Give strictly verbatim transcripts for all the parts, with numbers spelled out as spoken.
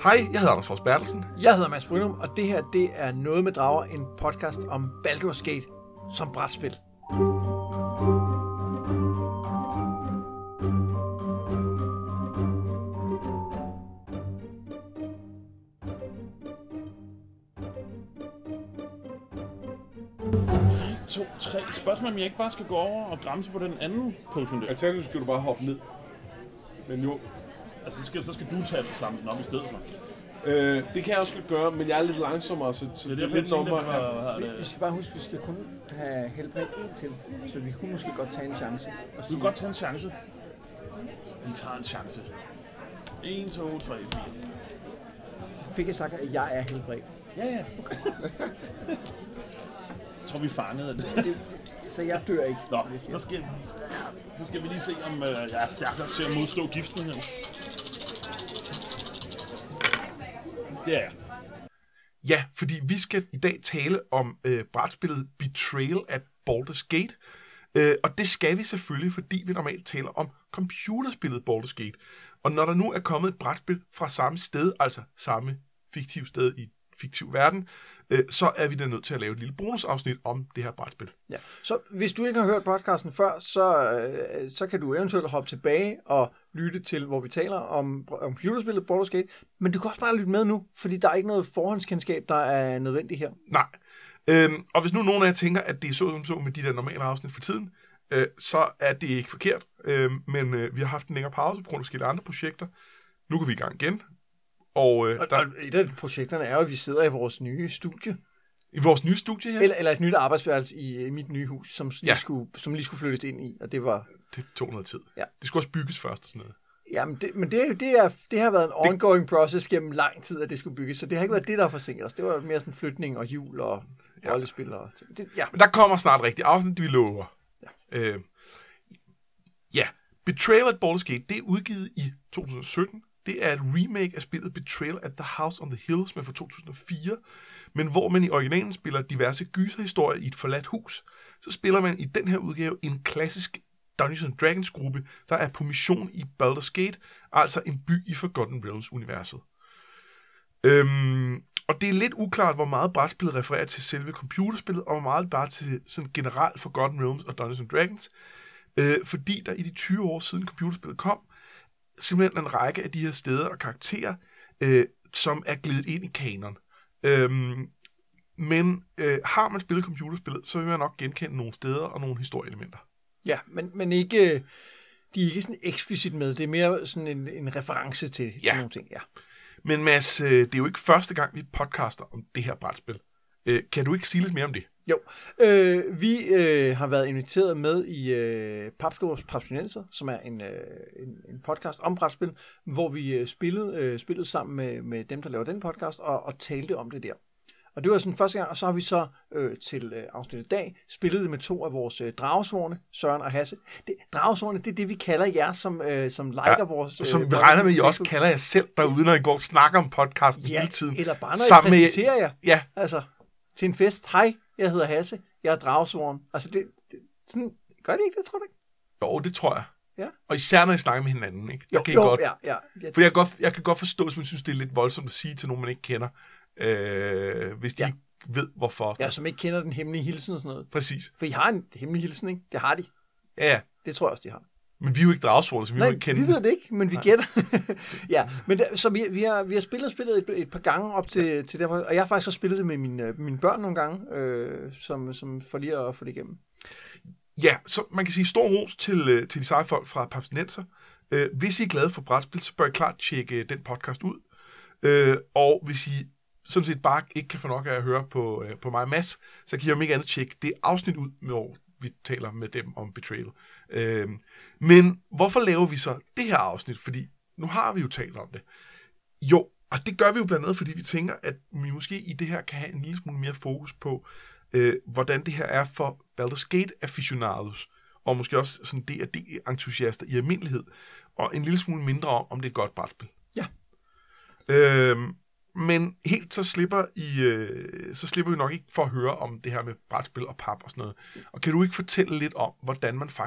Hej, jeg hedder Anders Fors Bertelsen. Jeg hedder Mads Brynum, og det her, det er Noget med Drager, en podcast om Baldur's Gate som brætspil. to, tre. Spørgsmålet om jeg ikke bare skal gå over og græmse på den anden potion der. Alternativt skal du bare hoppe ned. Men jo, Altså, så skal, så skal du tage det sammen op i stedet for. øh, det kan jeg også godt gøre, men jeg er lidt langsommere, så, så Det det er er derfor, jeg lidt tænkte, nummer. at det var, hvad Vi, er vi det? skal bare huske, at vi skal kun have helbred en til, så vi kunne måske godt tage en chance. Og Du kan godt tage en chance. Vi tager en chance. en, to, tre, fire. Fik jeg sagt, at jeg er helbred. Ja, ja. Okay. Jeg tror, vi fangede det. Det, så jeg dør ikke. Nå, hvis jeg- så skal, så skal vi lige se, om øh, jeg er stærkere til at modstå giften her. Det er jeg. Ja, fordi vi skal i dag tale om øh, brætspillet Betrayal at Baldur's Gate. Øh, og det skal vi selvfølgelig, fordi vi normalt taler om computerspillet Baldur's Gate. Og når der nu er kommet et brætspil fra samme sted, altså samme fiktiv sted i fiktiv verden, øh, så er vi da nødt til at lave et lille bonusafsnit om det her brætspil. Ja. Så hvis du ikke har hørt podcasten før, så, øh, så kan du eventuelt hoppe tilbage og lytte til, hvor vi taler om, om computerspillet Baldur's Gate. Men du kan også bare lytte med nu, fordi der er ikke noget forhåndskendskab, der er nødvendigt her. Nej. Øhm, og hvis nu nogen af jer tænker, at det er så som så med de der normale afsnit for tiden, øh, så er det ikke forkert. Øh, men øh, vi har haft en længere pause på grund af forskellige andre projekter. Nu kan vi i gang igen. Og, øh, Og, der, og et af projekterne er jo, at vi sidder i vores nye studie. i vores nye studie her, Eller, eller et nyt arbejdsværelse i, i mit nye hus, som lige, Ja. skulle, som lige skulle flyttes ind i. Og det var... det tog noget tid. Ja. Det skulle også bygges først og sådan noget. Jamen, det, men det, det, er, det har været en ongoing process gennem lang tid, at det skulle bygges. Så det har ikke været det, der har forsinket os. Det var mere sådan flytning og jul og Ja. rollespil. Og, det, ja. Men der kommer snart rigtig afsnit, vi lover. Ja. Øh, ja, Betrayal at Baldur's Gate, det er udgivet i to tusind og sytten. Det er et remake af spillet Betrayal at the House on the Hill, som er fra to tusind og fire. Men hvor man i originalen spiller diverse gyserhistorier i et forladt hus, så spiller man i den her udgave en klassisk Dungeons and Dragons gruppe, der er på mission i Baldur's Gate, altså en by i Forgotten Realms-universet. Øhm, og det er lidt uklart, hvor meget brætspillet refererer til selve computerspillet, og hvor meget bare til sådan generelt Forgotten Realms og Dungeons and Dragons. Øh, fordi der i de tyve år siden computerspillet kom, simpelthen en række af de her steder og karakterer, øh, som er glidet ind i kanon. Øhm, men øh, har man spillet computerspillet, så vil man nok genkende nogle steder og nogle historieelementer. Ja, men, men ikke, de er ikke sådan eksplicit med. Det er mere sådan en, en reference til, Ja. til nogle ting. Ja. Men Mads, øh, det er jo ikke første gang, vi podcaster om det her brætspil. Øh, kan du ikke sige lidt mere om det? Jo, øh, vi øh, har været inviteret med i øh, Papskårs Papsionenser, som er en, øh, en, en podcast om brætspil, hvor vi øh, spillede, øh, spillede sammen med, med dem, der laver den podcast, og, og talte om det der. Og det var sådan første gang, og så har vi så øh, til øh, afsnit i dag spillet det med to af vores øh, dragesvorne, Søren og Hasse. Det, dragesvorne, det er det, vi kalder jer, som, øh, som liker Ja, vores... Øh, Som vi vores regner med, at I også Facebook. kalder jer selv derude, når I går og snakker om podcasten Ja, hele tiden. eller bare når Sammen I med- præsenterer jer. Ja, Altså, til en fest. Hej, jeg hedder Hasse. Jeg er dragesvoren. Altså, det, det sådan, gør det ikke det, tror du ikke? jo, det tror jeg. Ja. Og især når I snakker med hinanden, ikke? Der Jo, kan I jo, godt, ja, ja. ja. For jeg kan, godt, jeg kan godt forstå, hvis man synes, det er lidt voldsomt at sige til nogen, man ikke kender, øh, hvis de Ja. ikke ved, hvorfor. Ja, som ikke kender den hemmelige hilsen og sådan noget. Præcis. For I har en hemmelig hilsen, ikke? Det har de. Ja, ja. Det tror jeg også, de har. Men vi er jo ikke dragsvorene, så vi må Nej, ikke kende vi ved det ikke, men vi Nej. gætter. ja, men der, så vi, vi, har, vi har spillet spillet et, et par gange op til, til der, og jeg har faktisk også spillet det med mine, mine børn nogle gange, øh, som, som for lige at få det igennem. Ja, så man kan sige stor ros til, øh, til de seje folk fra Papsnenser. Øh, hvis I er glade for brætspil, så bør I klart tjekke den podcast ud. Øh, og hvis I sådan set bare ikke kan få nok af at høre på, øh, på mig og Mads, så kan I om ikke andet tjekke det afsnit ud, hvor vi taler med dem om Betrayal. Øh, men hvorfor laver vi så det her afsnit? Fordi nu har vi jo talt om det. Jo, og det gør vi jo blandt andet, fordi vi tænker, at vi måske i det her kan have en lille smule mere fokus på, øh, hvordan det her er for Baldur's Gate aficionados, og måske også sådan D og D-entusiaster i almindelighed, og en lille smule mindre om, om det er et godt brætspil. Ja. Øhm, men helt så slipper I, øh, så slipper vi nok ikke for at høre om det her med brætspil og pap og sådan noget. Og kan du ikke fortælle lidt om, hvordan man faktisk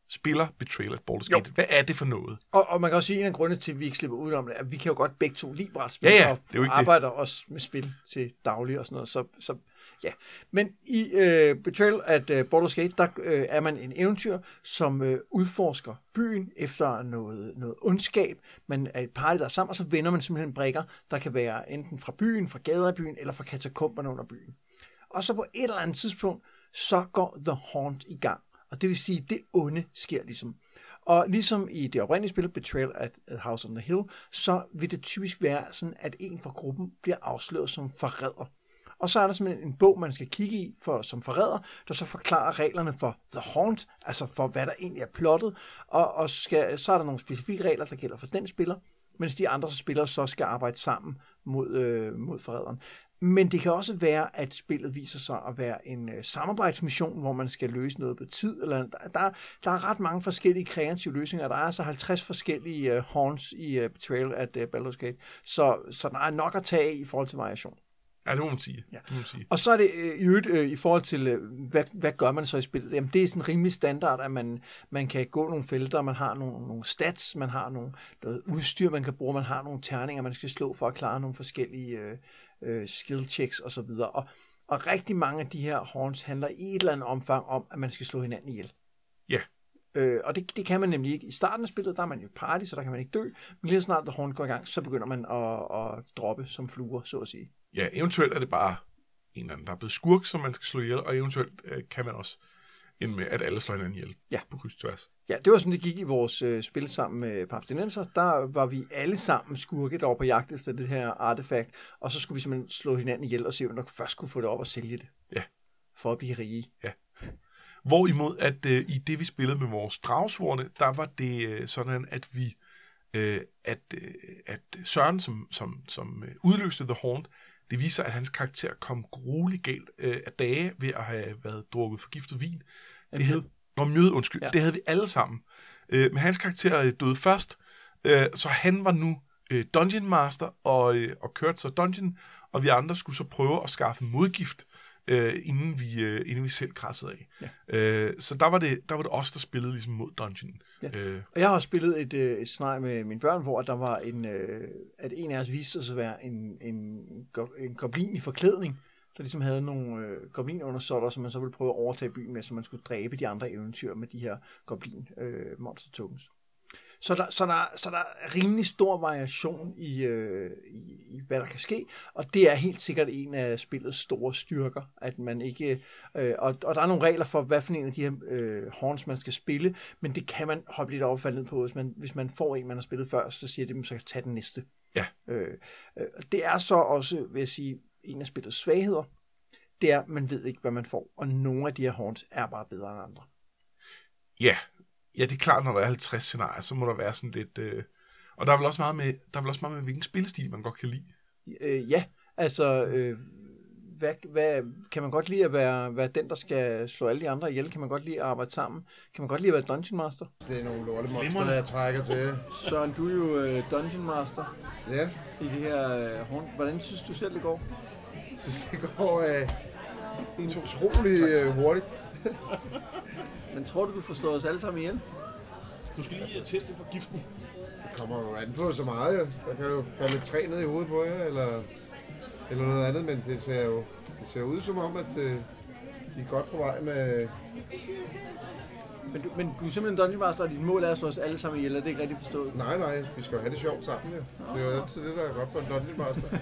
spiller Betrayal at Baldur's Gate. Hvad er det for noget? Og, og man kan også sige, at en af grundene til, at vi ikke slipper ud om det, at vi kan jo godt begge to lide brætspil, ja, ja, og det er jo ikke arbejder det. også med spil til daglig og sådan noget. Så, så ja. Men i øh, Betrayal at øh, Baldur's Gate, der øh, er man en eventyr, som øh, udforsker byen efter noget, noget ondskab. Man er et party, der er sammen, og så vender man simpelthen brikker, der kan være enten fra byen, fra gader i byen, eller fra katakomberne under byen. Og så på et eller andet tidspunkt, så går The Haunt i gang. Og det vil sige, at det onde sker ligesom. Og ligesom i det oprindelige spil, Betrayal at House on the Hill, så vil det typisk være sådan, at en fra gruppen bliver afsløret som forræder. Og så er der simpelthen en bog, man skal kigge i for, som forræder, der så forklarer reglerne for The Haunt, altså for hvad der egentlig er plottet. Og, og skal, så er der nogle specifikke regler, der gælder for den spiller, mens de andre spillere så skal arbejde sammen mod, øh, mod forræderen. Men det kan også være, at spillet viser sig at være en øh, samarbejdsmission, hvor man skal løse noget på tid. Eller, der, der, der er ret mange forskellige kreative løsninger. Der er altså halvtreds forskellige øh, haunts i øh, Betrayal at øh, Baldur's Gate. Så, så der er nok at tage i forhold til variation. Ja, det må man sige. Ja. Det må man sige. Og så er det øh, i øvrigt øh, i forhold til, øh, hvad, hvad gør man så i spillet? Jamen, det er sådan rimelig standard, at man, man kan gå nogle felter, man har nogle, nogle stats, man har nogle, noget udstyr, man kan bruge, man har nogle terninger, man skal slå for at klare nogle forskellige øh, øh, skill checks osv. Og, og rigtig mange af de her haunts handler i et eller andet omfang om, at man skal slå hinanden ihjel. Ja. Øh, og det, det kan man nemlig ikke. I starten af spillet, der er man jo party, så der kan man ikke dø. Men lige så snart The Haunt går i gang, så begynder man at, at droppe som fluer, så at sige. Ja, eventuelt er det bare en eller anden, der er blevet skurk, som man skal slå ihjel, og eventuelt øh, kan man også ende med, at alle slår hinanden ihjel ja. på kryds tværs. Ja, det var sådan, det gik i vores øh, spil sammen med Papstinenser. Der var vi alle sammen skurke, der var på jagt efter det her artefakt, og så skulle vi simpelthen slå hinanden ihjel og se, om der først kunne få det op og sælge det. Ja. For at blive rige. Ja. Hvorimod, at øh, i det, vi spillede med vores dragsvorne, der var det øh, sådan, at vi, øh, at, øh, at Søren, som, som, som øh, udløste The Haunt, det viser, at hans karakter kom grueligt galt øh, af dage ved at have været drukket forgiftet vin. Det havde, Nå, mjød, undskyld. Ja. Det havde vi alle sammen. Øh, men hans karakter øh, døde først, øh, så han var nu øh, Dungeon Master og, øh, og kørte så Dungeon, og vi andre skulle så prøve at skaffe modgift, øh, inden, vi, øh, inden vi selv krassede af. Ja. Øh, så der var, det, der var det os, der spillede ligesom mod Dungeon. Ja. Øh. Og jeg har også spillet et, øh, et scenarie med mine børn, hvor der var en, øh, at en af os viste sig at være en, en, en goblin i forklædning, der ligesom havde nogle øh, goblinundersotter, som man så ville prøve at overtage byen med, så man skulle dræbe de andre eventyr med de her goblin øh, monster tokens. Så der, så, der, så der er rimelig stor variation i, øh, i, i, hvad der kan ske, og det er helt sikkert en af spillets store styrker, at man ikke, øh, og, og der er nogle regler for, hvad for en af de her øh, haunts, man skal spille, men det kan man hoppe lidt op og falde ned på, hvis man, hvis man får en, man har spillet før, så siger det, at man skal tage den næste. Ja. Øh, øh, det er så også, vil jeg sige, en af spillets svagheder, det er, at man ved ikke, hvad man får, og nogle af de her haunts er bare bedre end andre. Ja, ja, det er klart, når der er halvtreds scenarier, så må der være sådan lidt... Øh... Og der er vel også meget med, der er vel også meget med, hvilken spilstil man godt kan lide. Øh, ja, altså... Øh, hvad, hvad, kan man godt lide at være, være den, der skal slå alle de andre ihjel? Kan man godt lide at arbejde sammen? Kan man godt lide at være Dungeon Master? Det er nogle lortemonster, jeg trækker til. Søren, du er jo uh, Dungeon Master. Ja. I det her uh, horn. Hvordan synes du selv, det går? Jeg synes, det går uh, utrolig uh, hurtigt. Men tror du, du får slået os alle sammen ihjel? Du skal lige teste for giften. Det kommer jo an på så meget, jo. Der kan jo falde et træ ned i hovedet på jer, eller, eller noget andet, men det ser jo det ser ud som om, at uh, de er godt på vej med... Men du, men du er simpelthen Dungeon Master, og dit mål er at slå os alle sammen ihjel, er det ikke rigtig forstået? Nej, nej, vi skal jo have det sjovt sammen, jo. Det er jo altid det, der er godt for en Dungeon Master.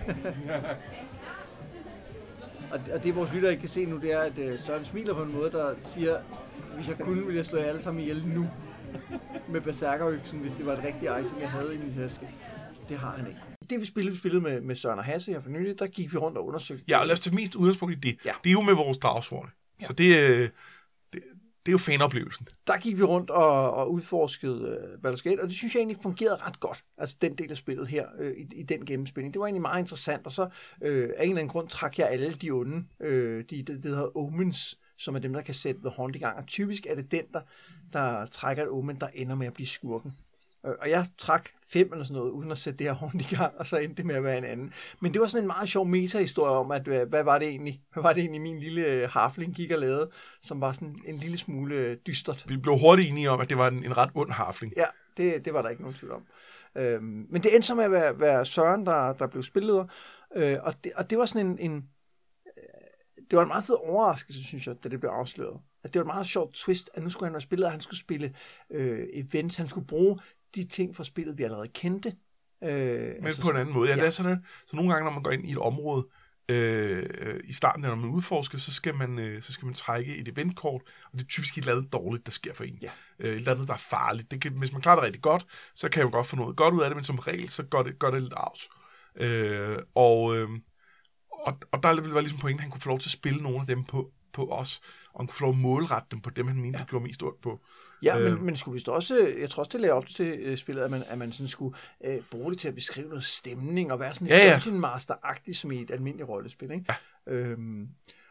Og, og det vores lytter ikke kan se nu, det er, at uh, Søren smiler på en måde, der siger, hvis jeg kunne, ville jeg slå jer alle sammen ihjel nu. Med berserkerøksen, hvis det var et rigtigt item, jeg havde i min taske. Det har han ikke. Det vi spillede, vi spillede med, med Søren og Hasse her for nylig, der gik vi rundt og undersøgte. Ja, og lad os tage mest udgangspunkt i det. Ja. Det er jo med vores dragsvorne. Ja. Så det, det, det er jo fanoplevelsen. Der gik vi rundt og, og udforskede uh, Baldur's Gate, og det synes jeg egentlig fungerede ret godt. Altså den del af spillet her, øh, i, i den gennemspilning. Det var egentlig meget interessant, og så øh, af en eller anden grund trak jeg alle de onde, øh, de, det, det hedder omens, som er dem, der kan sætte The Haunt i gang. Og typisk er det den, der, der trækker et omen, der ender med at blive skurken. Og jeg trak fem eller sådan noget, uden at sætte det her ordentligt i gang, og så endte det med at være en anden. Men det var sådan en meget sjov meta-historie om, at hvad var det egentlig, hvad var det egentlig min lille harfling gik og lavede, som var sådan en lille smule dystert. Vi blev hurtigt enige om, at det var en, en ret ond harfling. Ja, det, det var der ikke nogen tvivl om. Øhm, men det endte så med at være, være Søren, der, der blev spilleder, øh, og, det, og det var sådan en, en det var en meget fed overraskelse, synes jeg, da det blev afsløret. At det var et meget sjovt twist, at nu skulle han være spillet, og han skulle spille øh, events, han skulle bruge de ting fra spillet, vi allerede kendte. Øh, Men altså, på en anden måde. Ja, ja. det er sådan, så nogle gange, når man går ind i et område, øh, i starten, når man udforsker, så skal man, øh, så skal man trække et eventkort, og det er typisk et eller andet dårligt, der sker for en. Ja. Øh, et eller andet, der er farligt. Det kan, hvis man klarer det rigtig godt, så kan man godt få noget godt ud af det, men som regel, så gør det, gør det lidt afs. Øh, og, øh, og, og der var ligesom pointen, at han kunne få lov til at spille nogle af dem på, på os, og han kunne få lov at målrette dem på dem, han mente, ja. Det gjorde mest ondt på. Ja, øh, men, men skulle vist også, jeg tror også, det lagde op til øh, spillet, at man, at man sådan skulle øh, bruge det til at beskrive noget stemning, og være sådan ja, ja. Dungeon Master-agtigt, som i et almindeligt rollespil, ikke? Ja. Øhm,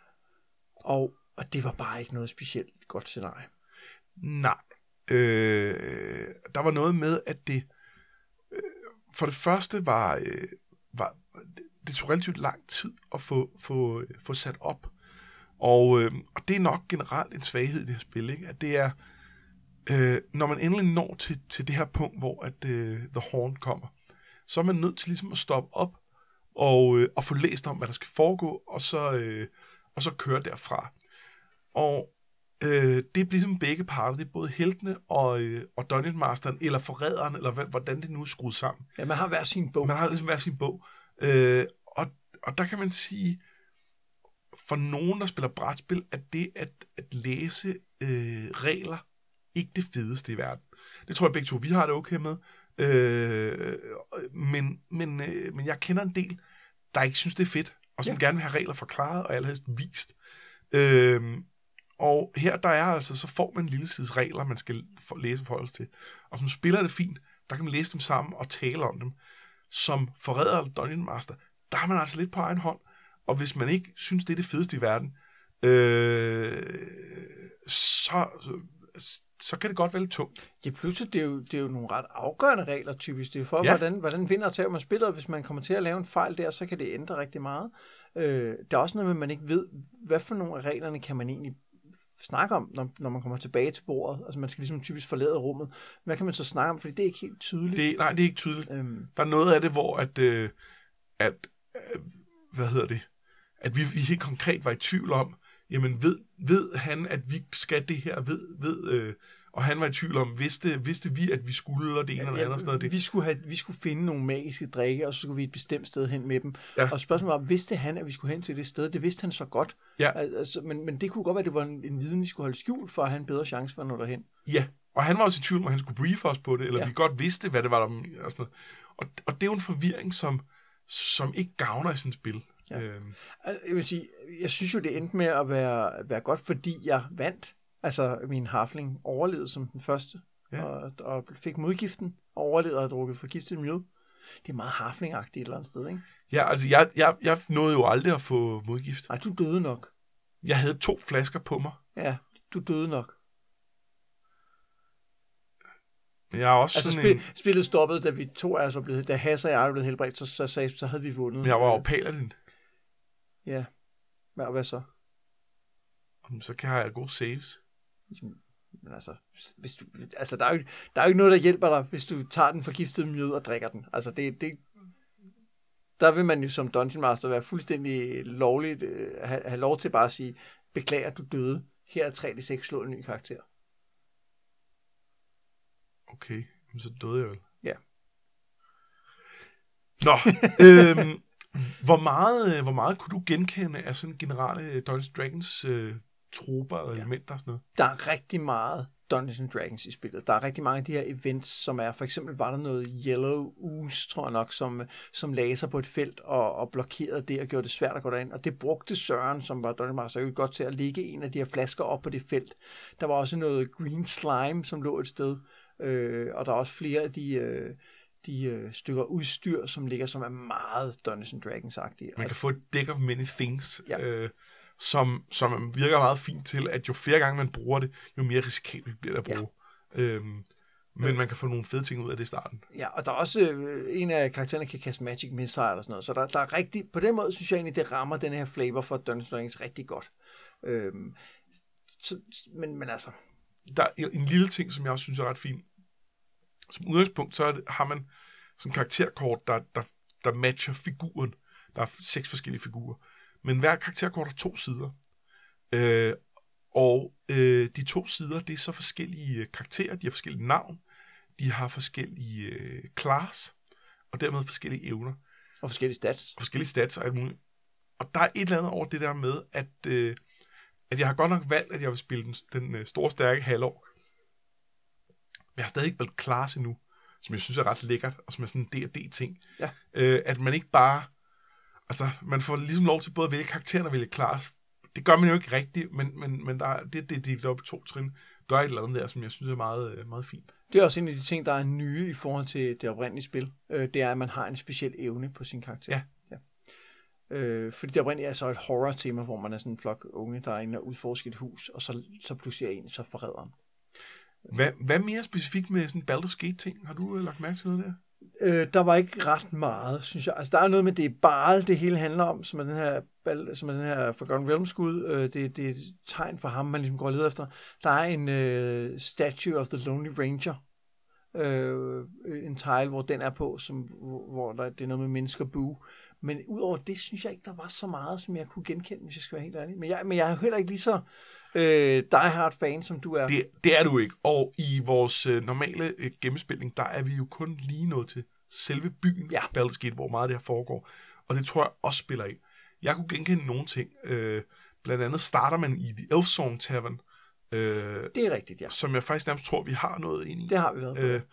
og, og det var bare ikke noget specielt godt scenarie. Nej. Øh, der var noget med, at det øh, for det første var, øh, var det tog relativt lang tid at få, få, få sat op. Og, øh, og det er nok generelt en svaghed i det her spil, ikke? At det er, øh, når man endelig når til, til det her punkt, hvor at, øh, The Horn kommer, så er man nødt til ligesom at stoppe op og, øh, og få læst om, hvad der skal foregå, og så, øh, og så køre derfra. Og øh, det er ligesom begge parter, det er både heltene og, øh, og Dungeon Masteren, eller forræderen, eller hvad, hvordan det nu er skruet sammen. Ja, man har hver sin bog. Man har ligesom hver sin bog. Øh, og, og der kan man sige, for nogen, der spiller brætspil, at det at, at læse øh, regler ikke det fedeste i verden. Det tror jeg begge to, vi har det okay med. Øh, men, men, øh, men jeg kender en del, der ikke synes, det er fedt, og som ja. gerne vil have regler forklaret, og allerhelst vist. Øh, og her, der er altså, så får man en lille sides regler, man skal for, læse forholdes til. Og som spiller det fint, der kan man læse dem sammen og tale om dem. Som forræder eller Dungeon Master, der er man altså lidt på egen hånd. Og hvis man ikke synes, det er det fedeste i verden, øh, så, så, så kan det godt være lidt tungt. Ja, pludselig, det er, jo, det er jo nogle ret afgørende regler, typisk. Det er for, ja. hvordan, hvordan vinder og tager man spiller, og hvis man kommer til at lave en fejl der, så kan det ændre rigtig meget. Øh, der er også noget med, at man ikke ved, hvad for nogle af reglerne kan man egentlig snakke om, når, når man kommer tilbage til bordet. Altså, man skal ligesom typisk forlade rummet. Hvad kan man så snakke om? Fordi det er ikke helt tydeligt. Det, nej, det er ikke tydeligt. Øhm. Der er noget af det, hvor at, øh, at øh, hvad hedder det, at vi, vi helt konkret var i tvivl om, jamen ved, ved han, at vi skal det her, ved, ved øh, og han var i tvivl om, vidste, vidste vi, at vi skulle, og det ene ja, eller andet. Sådan noget. Vi, skulle have, vi skulle finde nogle magiske drikke, og så skulle vi et bestemt sted hen med dem. Ja. Og spørgsmålet var, vidste han, at vi skulle hen til det sted? Det vidste han så godt. Ja. Altså, men, men det kunne godt være, at det var en, en viden, vi skulle holde skjult, for at have en bedre chance for at nå derhen. Ja, og han var også i tvivl om, at han skulle briefe os på det, eller ja. vi godt vidste, hvad det var, der og sådan noget. Og, og det er jo en forvirring, som, som ikke gavner i sådan et spil. Ja. Øhm. Jeg vil sige, jeg synes jo, det endte med at være, være godt, fordi jeg vandt. Altså, min harfling overlevede som den første, ja. og, og fik modgiften, og overlevede og drukket forgiftet mjød. Det er meget harfling-agtigt et eller andet sted, ikke? Ja, altså, jeg, jeg, jeg nåede jo aldrig at få modgift. Nej, du døde nok. Jeg havde to flasker på mig. Ja, du døde nok. Men jeg er også altså, sådan spil, en... spillet stoppede, da vi to er så blevet, da Hasse og jeg er blevet helbredt, så, så, så, så havde vi vundet. Men jeg var jo paladin. Ja, hvad, hvad så? Så kan jeg have gode saves. Men altså, hvis du, altså der, er jo, der er jo ikke noget, der hjælper dig, hvis du tager den forgiftede mjød og drikker den. Altså, det, det, der vil man jo som Dungeon Master være fuldstændig lovligt, øh, have, have lov til bare at sige, beklager, du døde. Her er tre D seks, slå en ny karakter. Okay, så døde jeg vel. Ja. Nå, øhm, hvor, meget, hvor meget kunne du genkende af sådan generelle Dungeons Dragons øh, troper og elementer og sådan noget? Der er rigtig meget Dungeons and Dragons i spillet. Der er rigtig mange af de her events, som er, for eksempel var der noget Yellow Ooze, tror jeg nok, som, som lagde sig på et felt og, og blokerede det og gjorde det svært at gå derind. Og det brugte Søren, som var Dungeon Master, jo godt til at lægge en af de her flasker op på det felt. Der var også noget Green Slime, som lå et sted. Øh, og der er også flere af de... Øh, de øh, stykker udstyr, som ligger, som er meget Dungeons and Dragons-agtige. Man kan få et deck of many things, ja. øh, som, som virker meget fint til, at jo flere gange man bruger det, jo mere risikabelt bliver det at bruge. Ja. Øhm, Men man kan få nogle fede ting ud af det i starten. Ja, og der er også øh, en af karaktererne, kan kaste magic missile og sådan noget. Så der, der er rigtig, på den måde synes jeg egentlig, det rammer den her flavor for Dungeons and Dragons rigtig godt. Øhm, så, men, men altså... Der er en lille ting, som jeg også synes er ret fin. Som udgangspunkt, så det, har man sådan en karakterkort, der, der, der matcher figuren. Der er seks forskellige figurer. Men hver karakterkort har to sider. Øh, og øh, de to sider, det er så forskellige karakterer, de har forskellige navn, de har forskellige øh, class, og dermed forskellige evner. Og forskellige stats. Og forskellige stats og alt muligt. Og der er et eller andet over det der med, at, øh, at jeg har godt nok valgt, at jeg vil spille den, den øh, store, stærke halvork. Men jeg har stadig ikke valgt class endnu, som jeg synes er ret lækkert, og som er sådan en D og D-ting. Ja. Øh, at man ikke bare... Altså, man får ligesom lov til både at vælge karakteren og vælge class. Det gør man jo ikke rigtigt, men, men, men der er, det, det, det er op i to trin. Gør et eller andet der, som jeg synes er meget, meget fint. Det er også en af de ting, der er nye i forhold til det oprindelige spil. Øh, det er, at man har en speciel evne på sin karakter. Ja. ja. Øh, fordi det oprindelige er så et horror-tema, hvor man er sådan en flok unge, der er inde og udforsker et hus, og så, så pludselig er en så forræderen. Hvad, hvad mere specifikt med sådan Baldur's Gate-ting? Har du lagt mærke til noget der? Øh, der var ikke ret meget, synes jeg. Altså, der er noget med, det er Baal, det hele handler om, som er den her, som er den her Forgotten Realms-gud. Øh, det, det er et tegn for ham, man ligesom går og leder efter. Der er en øh, Statue of the Lonely Ranger. Øh, en tile, hvor den er på, som, hvor der, det er noget med mennesker bue. Men udover det, synes jeg ikke, der var så meget, som jeg kunne genkende, hvis jeg skal være helt ærlig. Men jeg, men jeg er heller ikke lige så øh, die-hard fan, som du er. Det, det er du ikke. Og i vores øh, normale øh, gennemspilning, der er vi jo kun lige nået til selve byen, ja. Baldur's Gate, hvor meget det her foregår. Og det tror jeg også spiller ind. Jeg kunne genkende nogle ting. Øh, blandt andet starter man i The Elfsong Tavern. Øh, det er rigtigt, ja. Som jeg faktisk nærmest tror, vi har noget ind i. Det har vi været på. Øh,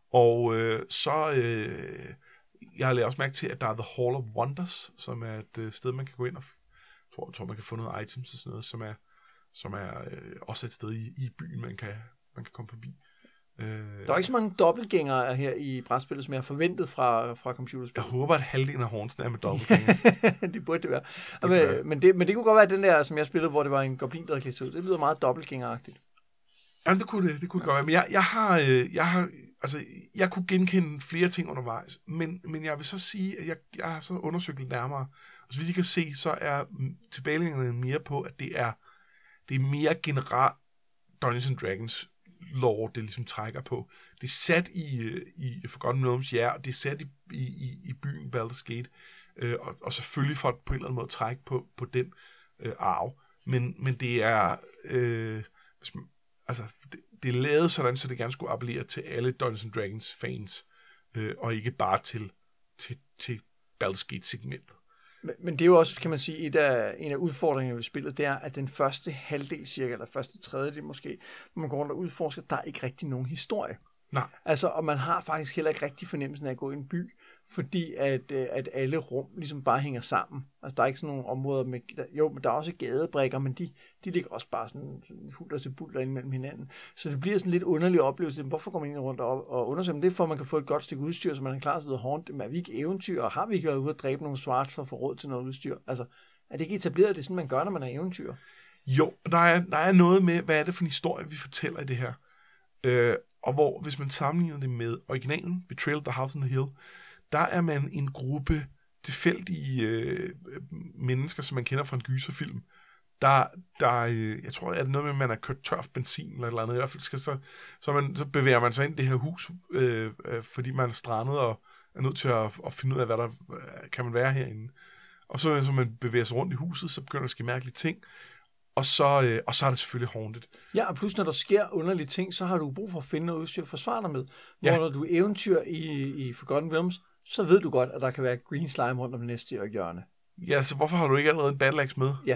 og øh, så... Øh, jeg har lavet også mærke til, at der er The Hall of Wonders, som er et øh, sted, man kan gå ind og... Jeg tror, jeg tror, man kan få noget items og sådan noget, som er, som er øh, også et sted i, i byen, man kan, man kan komme forbi. Øh, der er ikke så mange dobbeltgængere her i brætspillet, som jeg har forventet fra, fra computerspil. Jeg håber, at halvdelen af hornsene er med dobbeltgængere. Det burde det være. Det men, men, det, men det kunne godt være den der, som jeg spillede, hvor det var en goblin, der havde klædt sig ud. Det lyder meget dobbeltgængeragtigt. Jamen, det kunne det, det kunne ja. godt være. Men jeg, jeg har... Øh, jeg har Altså, jeg kunne genkende flere ting undervejs, men, men jeg vil så sige, at jeg, jeg har så undersøgt lidt nærmere. Og så vidt I kan se, så er tilbagelæggende mere på, at det er, det er mere generelt Dungeons and Dragons lore, det ligesom trækker på. Det er sat i, i Forgotten Realms, ja, og det er sat i, i, i byen Baldur's Gate, øh, og, og selvfølgelig for at på en eller anden måde trække på, på den øh, arv. Men, men det er... Øh, hvis man, altså... Det, Det er lavet sådan, så det gerne skulle appellere til alle Dungeons and Dragons fans, øh, og ikke bare til, til, til Baldur's Gate-segmentet. Men, men det er jo også, kan man sige, et af, en af udfordringerne ved spillet, det er, at den første halvdel cirka, eller første tredjedel måske, hvor man går rundt og udforsker, der er ikke rigtig nogen historie. Nej. Altså, og man har faktisk heller ikke rigtig fornemmelsen af at gå i en by, fordi at, at alle rum ligesom bare hænger sammen. Altså, der er ikke sådan nogle områder med... Jo, men der er også gadebrikker, men de, de ligger også bare sådan, sådan hulter til bulter ind mellem hinanden. Så det bliver sådan lidt underlig oplevelse. Hvorfor går man ind rundt og, og undersøger det, for at man kan få et godt stykke udstyr, så man er klar til at hårdt. Men er vi ikke eventyr, og har vi ikke været ude at dræbe nogle svarte for at få råd til noget udstyr? Altså, er det ikke etableret, det er sådan, man gør, når man er eventyr? Jo, der er, der er noget med, hvad er det for en historie, vi fortæller i det her. Øh, og hvor, hvis man sammenligner det med originalen, Betrayal of the House on the Hill, der er man en gruppe tilfældige øh, mennesker, som man kender fra en gyserfilm, der, der øh, jeg tror, er det noget med, at man har kørt tør for benzin eller et eller andet. I hvert fald skal så, så, man, så bevæger man sig ind i det her hus, øh, øh, fordi man er strandet og er nødt til at, at finde ud af, hvad der kan man være herinde. Og så, så man bevæger sig rundt i huset, så begynder der at ske mærkelige ting. Og så, øh, og så er det selvfølgelig haunted. Ja, og plus når der sker underlige ting, så har du brug for at finde noget udstyr at forsvare dig med. Hvor Ja. når du eventyr i, i Forgotten Realms, så ved du godt, at der kan være green slime rundt om det næste hjørne. Ja, så hvorfor har du ikke allerede en battle axe med? Ja.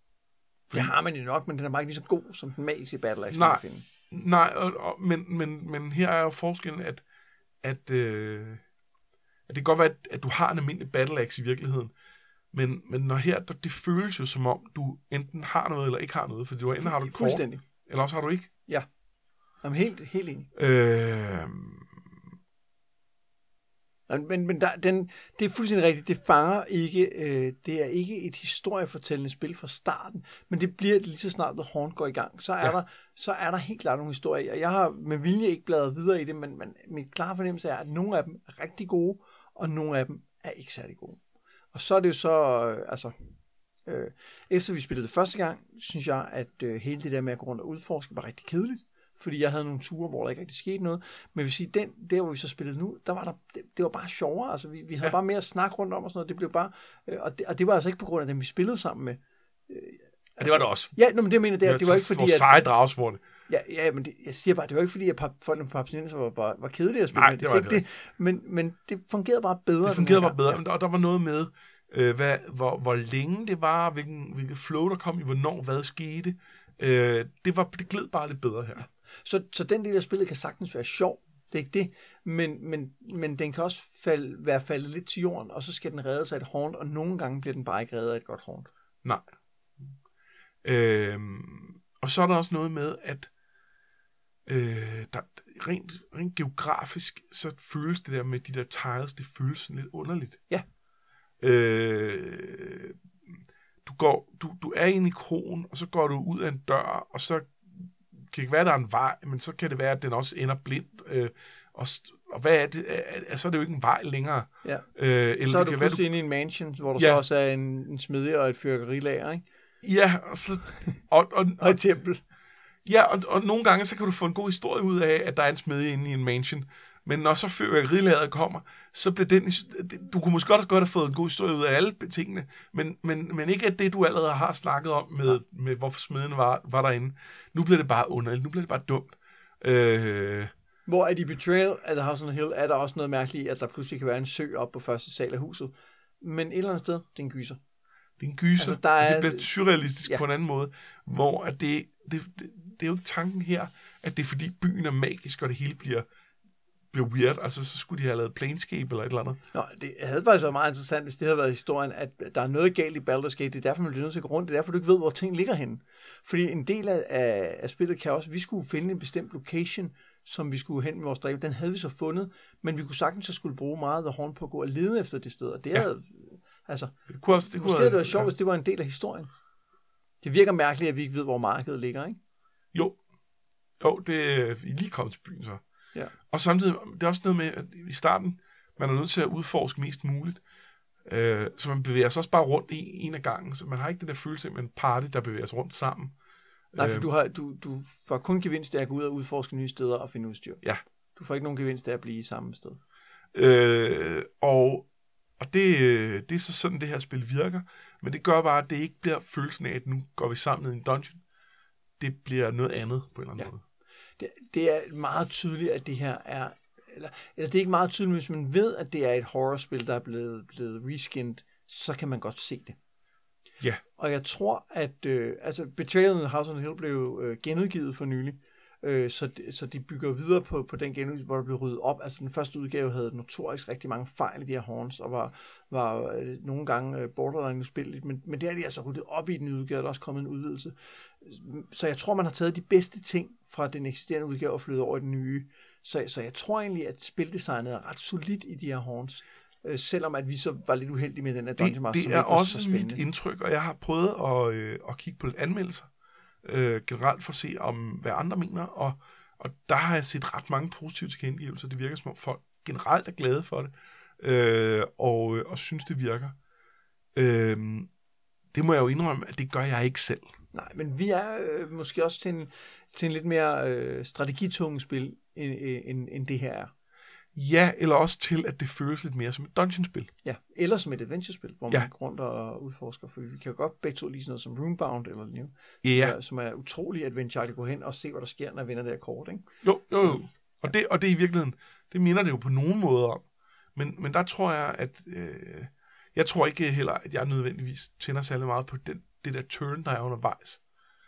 Det har man jo nok, men den er bare ikke lige så god som den magiske battle axe, Nej. man kan finde. Nej, og, og, men, men, men her er jo forskellen, at, at, øh, at det kan godt være, at, at du har en almindelig battle axe i virkeligheden, men, men når her, der, det føles jo som om, du enten har noget, eller ikke har noget, fordi du enten har du et kort, Fuldstændig. eller også har du ikke. Ja. Jamen helt, helt enig. Øh, Men, men der, den, det er fuldstændig rigtigt. Det fanger ikke, øh, det er ikke et historiefortællende spil fra starten, men det bliver det lige så snart The Haunt går i gang. Så er, ja. der, så er der helt klart nogle historier. Jeg har med vilje ikke bladret videre i det, men, men min klare fornemmelse er, at nogle af dem er rigtig gode, og nogle af dem er ikke særlig gode. Og så er det jo så, øh, altså, øh, efter vi spillede det første gang, synes jeg, at øh, hele det der med at gå rundt og udforske var rigtig kedeligt. Fordi jeg havde nogle ture, hvor der ikke rigtig skete noget. Men jeg vil sige, den, der hvor vi så spillede nu, der var der, det, det var bare sjovere. Altså, vi, vi havde ja. bare mere snak rundt om og sådan noget. Det blev bare, øh, og, det, og det var altså ikke på grund af dem, vi spillede sammen med. Øh, altså, ja, det var det også. Ja, no, men det mener det, det, det var ikke fordi, at... seje dragsvorne. Ja, ja, men det, jeg siger bare, det var ikke fordi, at folk på abstinenser var, var, var kedelige at spille Nej, med. det var det, det men, men det fungerede bare bedre. Det fungerede bare bedre, ja. Og der var noget med, øh, hvad, hvor, hvor længe det var, hvilken, hvilken flow der kom i, hvornår hvad skete. Øh, det, var, det gled bare lidt bedre her. Ja. Så, så den del af spillet kan sagtens være sjov, det er ikke det, men, men, men den kan også falde, være faldet lidt til jorden, og så skal den redde sig et haunt, og nogle gange bliver den bare ikke reddet af et godt haunt. Nej. Øhm, og så er der også noget med, at øh, der, rent, rent geografisk, så føles det der med de der tiles, det føles sådan lidt underligt. Ja. Øh, du, går, du, du er inde i krogen, og så går du ud af en dør, og så kan ikke være, der er en vej, men så kan det være, at den også ender blind. Øh, og, og hvad er det? Er, så er det jo ikke en vej længere. Ja. Øh, eller så er det du kan pludselig være, inde i en mansion, hvor der ja. så også er en, en smedje og et fyrkerilager, ikke? Ja, og, så, og, og, og et tempel. Ja, og, og nogle gange, så kan du få en god historie ud af, at der er en smedje inde i en mansion. Men når så fyrkerilageret kommer, så bliver den... Du kunne måske godt have fået en god historie ud af alle tingene, men, men, men ikke af det, du allerede har snakket om med, med hvorfor smeden var, var derinde. Nu bliver det bare underligt. Nu bliver det bare dumt. Øh... Hvor at i Betrayal at the House on the Hill er der også noget mærkeligt, at der pludselig kan være en sø op på første sal af huset. Men et eller andet sted, det er en gyser. Det er en gyser, altså, der er... det bliver surrealistisk ja. på en anden måde, hvor at det, det, det, det er jo ikke tanken her, at det er fordi byen er magisk, og det hele bliver... blev weird, altså så skulle de have lavet Planescape eller et eller andet. Nå, det havde faktisk været meget interessant, hvis det havde været historien, at der er noget galt i Baldur's Gate, det er derfor, man bliver nødt til at gå rundt, det er derfor, du ikke ved, hvor ting ligger henne. Fordi en del af, af, af spillet kan også, vi skulle finde en bestemt location, som vi skulle hen med vores dræbe, den havde vi så fundet, men vi kunne sagtens så skulle bruge meget The Horn på at gå og lede efter det sted, og det ja. havde, altså, det kunne også, det måske kunne havde det været sjovt, ja. hvis det var en del af historien. Det virker mærkeligt, at vi ikke ved, hvor markedet ligger, ikke? Jo, jo, det er lige kommet til byen så. Ja. Og samtidig, det er også noget med, at i starten, man er nødt til at udforske mest muligt. Øh, så man bevæger sig også bare rundt i en af gangen, så man har ikke den der følelse af en party, der bevæger sig rundt sammen. Nej, for øh, du, har, du, du får kun gevinst af at gå ud og udforske nye steder og finde udstyr. Ja. Du får ikke nogen gevinst af at blive i samme sted. Øh, og og det, det er så sådan, det her spil virker, men det gør bare, at det ikke bliver følelsen af, at nu går vi sammen ned i en dungeon. Det bliver noget andet på en eller anden ja. måde. Det, det er meget tydeligt, at det her er... Eller, eller det er ikke meget tydeligt, men hvis man ved, at det er et horrorspil, der er blevet, blevet reskinned, så kan man godt se det. Ja. Og jeg tror, at... Øh, altså, Betrayal in the House on the Hill blev øh, genudgivet for nylig, øh, så, de, så de bygger videre på, på den genudgivelse, hvor der blev ryddet op. Altså, den første udgave havde notorisk rigtig mange fejl i de her horns, og var, var øh, nogle gange øh, borderline uspilleligt, men, men det er de altså ryddet op i den udgave, der er også kommet en udvidelse. Så jeg tror, man har taget de bedste ting fra den eksisterende udgave og flyttet over i den nye. Så, så jeg tror egentlig, at spildesignet er ret solidt i de her horns, øh, selvom at vi så var lidt uheldige med den her Dungeon Master. Det, det er også mit indtryk, og jeg har prøvet at, øh, at kigge på lidt anmeldelser øh, generelt for at se, om hvad andre mener, og, og der har jeg set ret mange positive tilkendegivelser. Det virker som om folk generelt er glade for det, øh, og, og synes, det virker. Øh, det må jeg jo indrømme, at det gør jeg ikke selv. Nej, men vi er øh, måske også til en, til en lidt mere øh, strategitunge spil, end, end, end det her er. Ja, eller også til, at det føles lidt mere som et dungeon-spil. Ja, eller som et adventure-spil, hvor ja. man går rundt og udforsker, for vi kan jo godt begge to lige sådan noget som Runebound eller New, ja. som, er, som er utrolig adventure, at gå hen og se, hvad der sker, når jeg vender det her kort, ikke? Jo, jo, jo. Og det, og det i virkeligheden, det minder det jo på nogen måde om. Men, men der tror jeg, at øh, jeg tror ikke heller, at jeg nødvendigvis tænder særlig meget på den, det der turn, der er undervejs.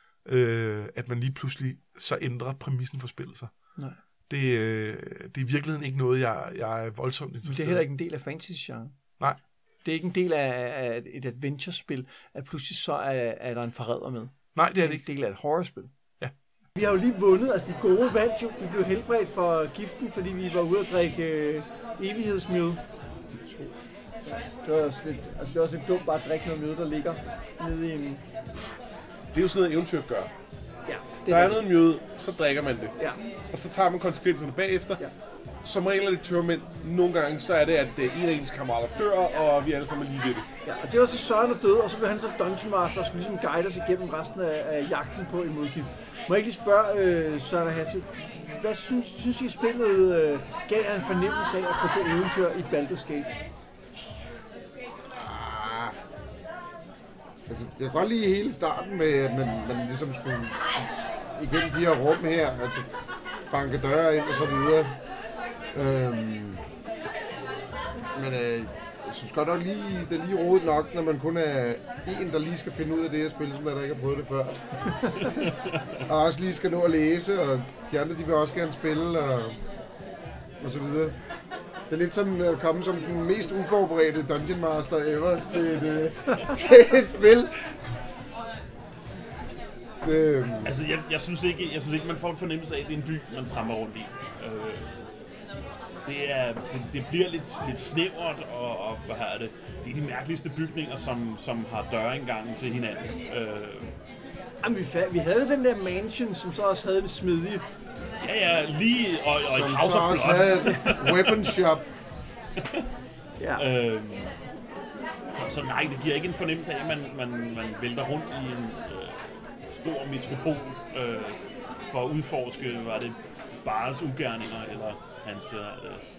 Øh, at man lige pludselig så ændrer præmissen for spillet sig. Nej. Det, øh, det er i virkeligheden ikke noget, jeg, jeg er voldsomt interesseret. Det er heller ikke en del af fantasy-genre. Nej. Det er ikke en del af, af et adventure-spil, at pludselig så er, er der en forræder med. Nej, det er det ikke. ikke. Det er en del af et horror-spil. Ja. Vi har jo lige vundet, altså de gode vandt jo. Vi blev helbredt for giften, fordi vi var ude at drikke øh, evighedsmjød. Ja, det var også lidt, altså det var også lidt dumt bare at drikke noget mjød, der ligger nede i en... Det er jo sådan noget, eventyr gør. Ja, det Der er noget mjød, så drikker man det. Ja. Og så tager man konsekvenserne bagefter. Ja. Som regel er det tørmænd. Nogle gange så er det, at en af ens kammerater dør, og vi alle sammen er lige ved det. Ja, og det var så Søren, der døde, og så blev han så Dungeon Master og skulle ligesom guide os igennem resten af, af jagten på en modgift. Må jeg ikke lige spørge øh, Søren og Hasse, hvad synes, synes I spillet øh, gav jer en fornemmelse af at gå på eventyr i Baldur's Gate? Ah. Altså, jeg kan godt lide hele starten med, at man, man ligesom skulle igennem de her rum her, altså banke døre ind og så videre. Øhm, men øh, jeg synes godt nok lige, det er lige rodet nok, når man kun er en, der lige skal finde ud af det her spil, som der ikke har prøvet det før. Og også lige skal nå at læse, og de andre, de vil også gerne spille, og, og så videre. Det er lidt som at komme som den mest uforberedte Dungeon Master ever til et, til et spil. Øhm. Altså, jeg, jeg, synes ikke, jeg synes ikke, man får en fornemmelse af, at det er en by, man tramper rundt i. Øh, det, er, det, det bliver lidt, lidt snævert, og, og hvad er det? Det er de mærkeligste bygninger, som, som har dørindgangen til hinanden. Øh, Jamen, vi, fa- vi havde den der mansion, som så også havde det smidige. ja, ja, lige, og, og Som et house så of også blood. havde et weapon shop. Ja. Øh, så, så nej, det giver ikke en fornemmelse af, at man, man, man vælter rundt i en øh, stor metropol øh, for at udforske, var det Bards ugerninger, eller hans, øh,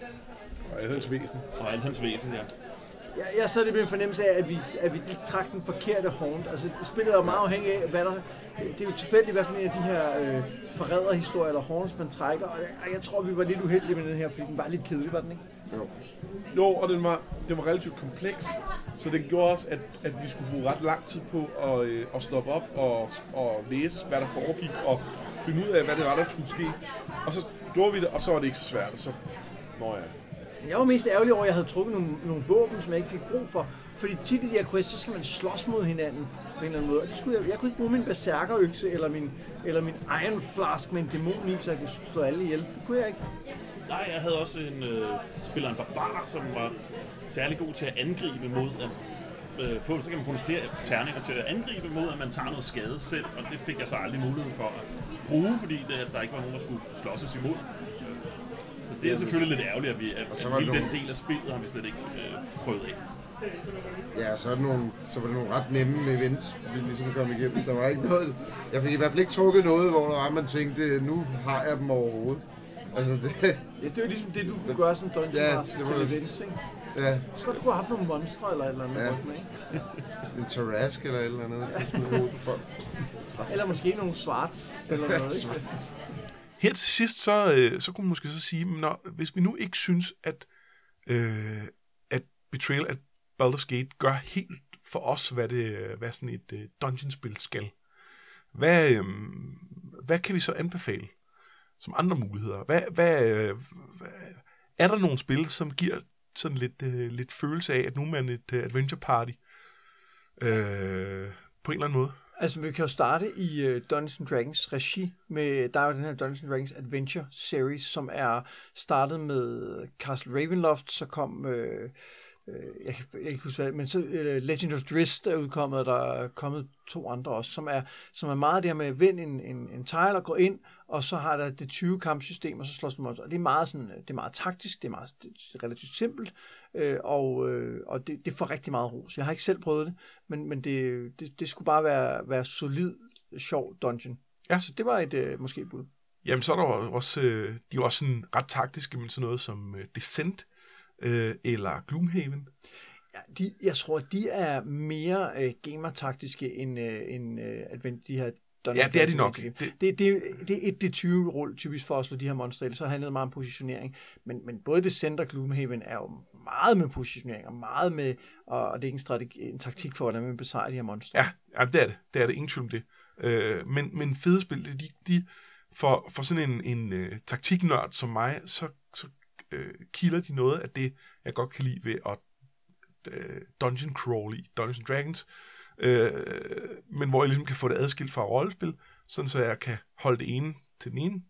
Og alle hans væsen. og alt hans væsen, ja. Jeg, jeg sad det med en fornemmelse af, at vi, at vi trak den forkerte haunt. Altså, spillet er meget afhængig af, hvad der... Det er jo tilfældigt, hvad for en af de her øh, forræderhistorier eller haunts, man trækker. Og jeg, jeg tror, vi var lidt uheldige med den her, fordi den var lidt kedelig, var den ikke? Jo. Jo, og den var, den var relativt kompleks, så det gjorde også, at, at vi skulle bruge ret lang tid på at, øh, at stoppe op og, og læse, hvad der foregik, og finde ud af, hvad det var, der skulle ske. Og så gjorde vi det, og så var det ikke så svært. Så, nå ja. Jeg var mest ærgerlig over, at jeg havde trukket nogle, nogle våben, som jeg ikke fik brug for. Fordi tit i de her quests, så skal man slås mod hinanden på en eller anden måde. Og det skulle jeg, jeg kunne ikke bruge min berserkerøkse eller min, eller min iron flask med en dæmon i, så jeg kunne slå alle ihjel. Det kunne jeg ikke. Nej, jeg havde også en øh, spiller, en barbar, som var særlig god til at angribe mod at øh, få, så kan man få flere terninger til at angribe mod, at man tager noget skade selv, og det fik jeg så aldrig mulighed for at bruge, fordi det, der ikke var nogen, der skulle slåsses imod. Så det er selvfølgelig lidt ærgerligt, at, vi, at, så at var hele det den nogle- del af spillet har vi slet ikke øh, prøvet af. Ja, så, er det nogle, så var det nogle ret nemme events, vi ligesom kom igennem. Der var ikke noget, jeg fik i hvert fald ikke trukket noget, hvor der var, man tænkte, nu har jeg dem overhovedet. Altså det, Ja, det er jo ligesom det, du kunne gøre som Dungeon Ja, Master, det var spille det. events, ikke? ja, Så godt, du kunne have haft nogle monstre eller et eller andet. Ja. Ja. Med, ikke? en Tarask eller et eller andet, til at smide hovedet på folk. Eller måske nogle svarts eller noget, ikke? Svart. Her til sidst, så, øh, så kunne man måske så sige, når, hvis vi nu ikke synes, at, øh, at Betrayal at Baldur's Gate gør helt for os, hvad, det, hvad sådan et øh, dungeon-spil skal, hvad, øh, hvad kan vi så anbefale som andre muligheder? Hvad, hvad, øh, hvad, er der nogle spil, som giver sådan lidt, øh, lidt følelse af, at nu er man et øh, adventure party øh, på en eller anden måde? Altså, vi kan jo starte i uh, Dungeons and Dragons regi. Med, der er jo den her Dungeons and Dragons Adventure Series, som er startet med Castle Ravenloft, så kom... Øh, øh, jeg, kan, jeg kan ikke huske hvad, men så uh, Legend of Drizzt er udkommet, og der er kommet to andre også, som er, som er meget det her med at vinde en, en, en tile og gå ind, og så har der det tyve kampsystem, og så slås du monster. Og det er meget, sådan, det er meget taktisk, det er, meget, det er relativt simpelt, øh, og, øh, og det, det får rigtig meget ros. Jeg har ikke selv prøvet det, men, men det, det, det skulle bare være, være solid, sjov dungeon. Ja. Så det var et øh, måske bud. Jamen, så er der jo også, øh, de er jo også sådan ret taktiske, men sådan noget som øh, Descent øh, eller Gloomhaven. Ja, de, jeg tror, de er mere øh, gamertaktiske end, øh, end øh, advent, de her Dungeon Ja, det er de nok. Fantasy. Det- Det, det, det er et D tyve rulle typisk for at slå de her monstre ihjel, så handler det meget om positionering. Men, men både Descent og Gloomhaven er jo meget med positionering, og meget med, og, og det er ikke en, strategi, en taktik for, hvordan man besejrer de her monstre. Ja, ja, det er det. Det er det. Ingen tvivl om det. Øh, men, men fede spil, de, de for, for sådan en, en uh, taktiknørd som mig, så, så uh, kilder de noget af det, jeg godt kan lide ved at uh, dungeon crawl i Dungeons and Dragons. Uh, men hvor jeg ligesom kan få det adskilt fra rollespil, sådan så jeg kan holde det ene til den ene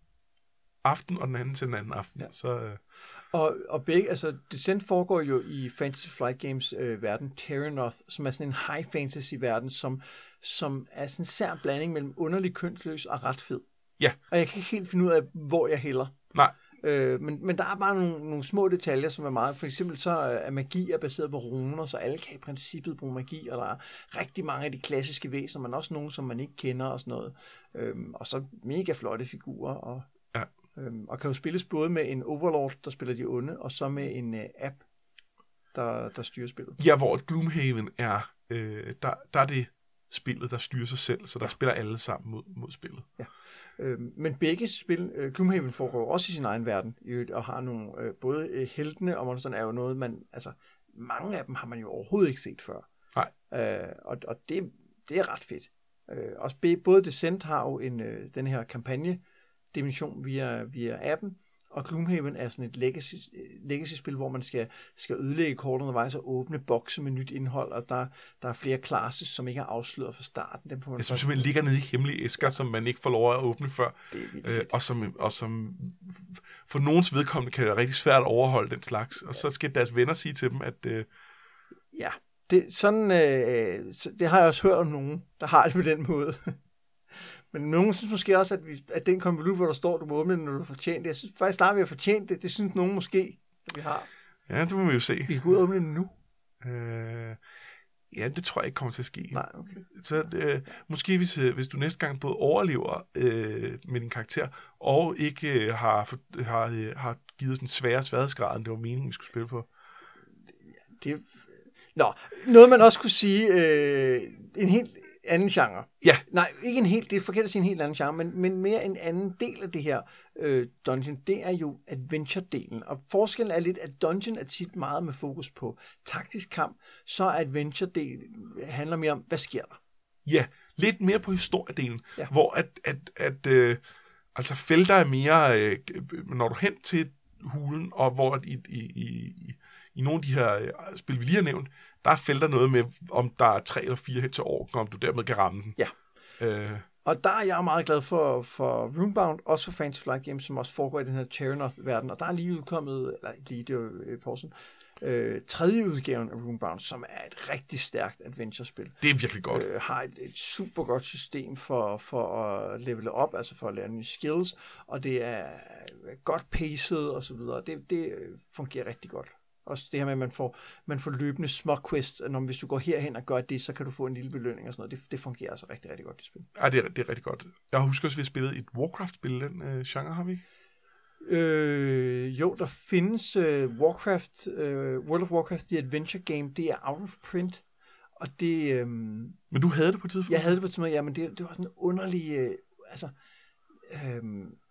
aften, og den anden til den anden aften. Ja. Så, øh, Og, og begge, altså Descent foregår jo i Fantasy Flight Games øh, verden, Terrinoth, som er sådan en high fantasy verden, som, som er sådan en sær blanding mellem underlig, kønsløs og ret fed. Ja. Og jeg kan ikke helt finde ud af, hvor jeg hælder. nej, Øh, men, men der er bare nogle, nogle små detaljer, som er meget... For eksempel så er magi er baseret på runer, så alle kan i princippet bruge magi, og der er rigtig mange af de klassiske væsener, men også nogle, som man ikke kender og sådan noget. Øhm, og så mega flotte figurer, og, Ja. øhm, og kan jo spilles både med en overlord, der spiller de onde, og så med en uh, app, der, der styrer spillet. ja, hvor Gloomhaven er, øh, der, der er det spillet, der styrer sig selv, så der spiller alle sammen mod, mod spillet. Øhm, men begge spil, øh, Gloomhaven foregår også i sin egen verden, i øvrigt, og har nogle, øh, både øh, heltene og monsterne er jo noget, man, altså, mange af dem har man jo overhovedet ikke set før. Nej. Øh, og og det, det er ret fedt. Øh, også be, både Descent har jo en, øh, den her kampagne-dimension via, via appen, og Gloomhaven er sådan et legacy, legacy-spil, hvor man skal, skal ødelægge kort undervejs og åbne bokse med nyt indhold, og der, der er flere classes, som ikke er afsløret fra starten. Dem får man Jeg synes først- simpelthen ligger nede i hemmelige æsker, som man ikke får lov at åbne før. det er vildt Øh, fedt. og, som, og som for nogens vedkommende kan det være rigtig svært at overholde den slags. Og så skal deres venner sige til dem, at øh, Ja, det, sådan, øh, så- det har jeg også hørt om nogen, der har det på den måde. Men nogen synes måske også, at, vi, at den konvolut, hvor der står, du må åbne den, når du har fortjent det. Jeg synes faktisk, der har vi har fortjent det. Det synes nogen måske, at vi har. ja, det må vi jo se. Vi kan gå ud og åbne den nu. Øh, ja, det tror jeg ikke kommer til at ske. Nej, okay. Så øh, måske hvis, øh, hvis du næste gang både overlever øh, med din karakter, og ikke øh, har, for, har, øh, har givet sådan en sværere sværhedsgrad, end det var meningen, vi skulle spille på. Det, nå, noget man også kunne sige, øh, en helt anden genre. Ja. Nej, ikke en helt, det er forkert at sige en helt anden genre, men, men mere en anden del af det her øh, dungeon, det er jo adventure-delen. Og forskellen er lidt, at dungeon er tit meget med fokus på taktisk kamp, så er adventure-delen handler mere om, hvad sker der? Ja, lidt mere på historiedelen, Ja. hvor at, at, at øh, altså felter er mere, øh, når du hen til hulen, og hvor i, i, i, i, i nogle af de her øh, spil, vi lige har nævnt, der er felter noget med, om der er tre eller fire hen til orken, om du dermed kan ramme den. Ja. Øh, Og der er jeg meget glad for, for Runebound, også for Fantasy Flight Games, som også foregår i den her Terrinoth-verden. Og der er lige udkommet, eller ikke lige, det var øh, Poulsen, øh, tredje udgaven af Runebound, som er et rigtig stærkt adventure-spil. det er virkelig godt. Øh, har et, et super godt system for, for at levele op, altså for at lære nye skills, og det er godt paced og så videre. Det, det fungerer rigtig godt. Også det her med, at man får, man får løbende små quests, at når, hvis du går herhen og gør det, så kan du få en lille belønning og sådan noget. Det, det fungerer altså rigtig, rigtig godt, det spil. Ja, det er, det er rigtig godt. Jeg husker også, at vi har spillet et Warcraft-spil, den øh, genre har vi ikke? Øh, jo, der findes øh, Warcraft, øh, World of Warcraft, The Adventure Game, det er out of print, og det, øh, Men du havde det på et tidspunkt? jeg havde det på et tidspunkt, ja, men det, det var sådan en underlig, øh, altså, øh,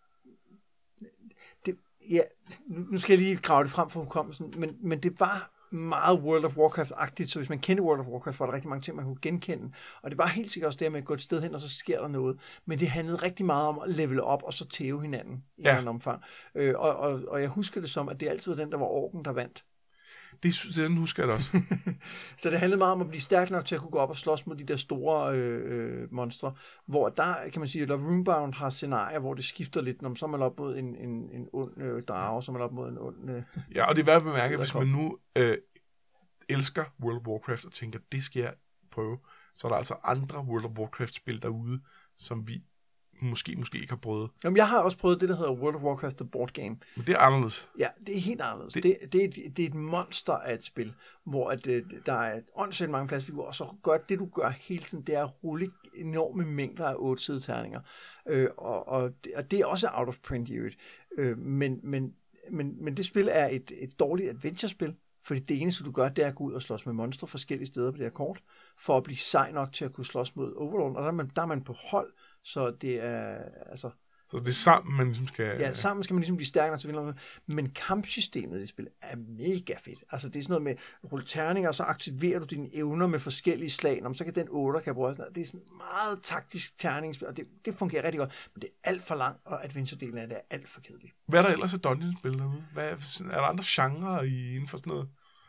det, ja, nu nu skal jeg lige grave det frem for hukommelsen, men, men det var meget World of Warcraft-agtigt, så hvis man kendte World of Warcraft, var der rigtig mange ting, man kunne genkende. Og det var helt sikkert også det med at gå et sted hen, og så sker der noget. Men det handlede rigtig meget om at levele op, og så tæve hinanden i ja. en eller anden omfang. Øh, og, og, og jeg husker det som, at det altid var den, der var orken, der vandt. Det, sy- den husker jeg da også. Så det handlede meget om at blive stærk nok til at kunne gå op og slås mod de der store øh, øh, monstre, hvor der, kan man sige, at Runebound har scenarier, hvor det skifter lidt, når så er man op mod en, en, en ond øh, drage, så er man op mod en ond... Øh, Ja, og det er værd at bemærke, hvis Velkommen. man nu øh, elsker World of Warcraft og tænker, det skal jeg prøve, så er der altså andre World of Warcraft-spil derude, som vi måske, måske ikke har prøvet. Jamen, jeg har også prøvet det, der hedder World of Warcraft The Board Game. Men det er anderledes. Ja, det er helt anderledes. Det- Det, det, det, er, et, det er et monster af et spil, hvor at, øh, der er åndssvagt mange pladsfigurer, og så gør det, du gør hele tiden, det er at rulle enorme mængder af otte-sidede terninger. Øh, og, og, det, og det er også out of print i øvrigt. Øh, men, men, men, men det spil er et, et dårligt adventure-spil, fordi det eneste, du gør, det er at gå ud og slås med monstre forskellige steder på det her kort, for at blive sej nok til at kunne slås mod Overlord, og der er man, der er man på hold, så det er, altså, Så det er sammen, man ligesom skal... ja, sammen skal man ligesom blive stærkere til at vinde. Men kampsystemet i det spil er mega fedt. Altså det er sådan noget med rulle terninger, og så aktiverer du dine evner med forskellige slag. Nå, så kan den otter kan bruge sådan noget. Det er sådan meget taktisk terningsspil, og det, det fungerer rigtig godt. Men det er alt for langt, og adventure-delen af det er alt for kedeligt. Hvad er der ellers af dungeon-spil derude? Hvad er, er der andre genrer i, inden for sådan noget?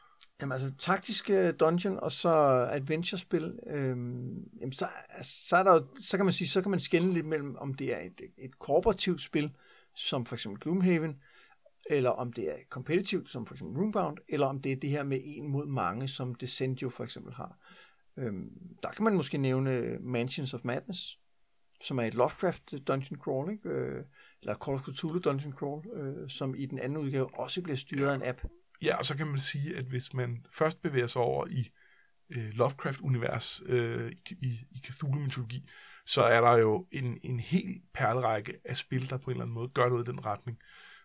Jamen altså, taktiske dungeon og så adventure-spil, øhm, jamen så, så, er der jo, så kan man sige, så kan man skelne lidt mellem, om det er et, et kooperativt spil, som for eksempel Gloomhaven, eller om det er competitivt, som for eksempel Runebound, eller om det er det her med en mod mange, som Descent jo for eksempel har. Øhm, der kan man måske nævne Mansions of Madness, som er et Lovecraft Dungeon Crawl, ikke? Øh, eller Call of Cthulhu Dungeon Crawl, øh, som i den anden udgave også bliver styret af en app. Ja, og så kan man sige, at hvis man først bevæger sig over i øh, Lovecraft-univers, øh, i, i Cthulhu-mytologi, så er der jo en, en hel perlerække af spil, der på en eller anden måde gør noget i den retning.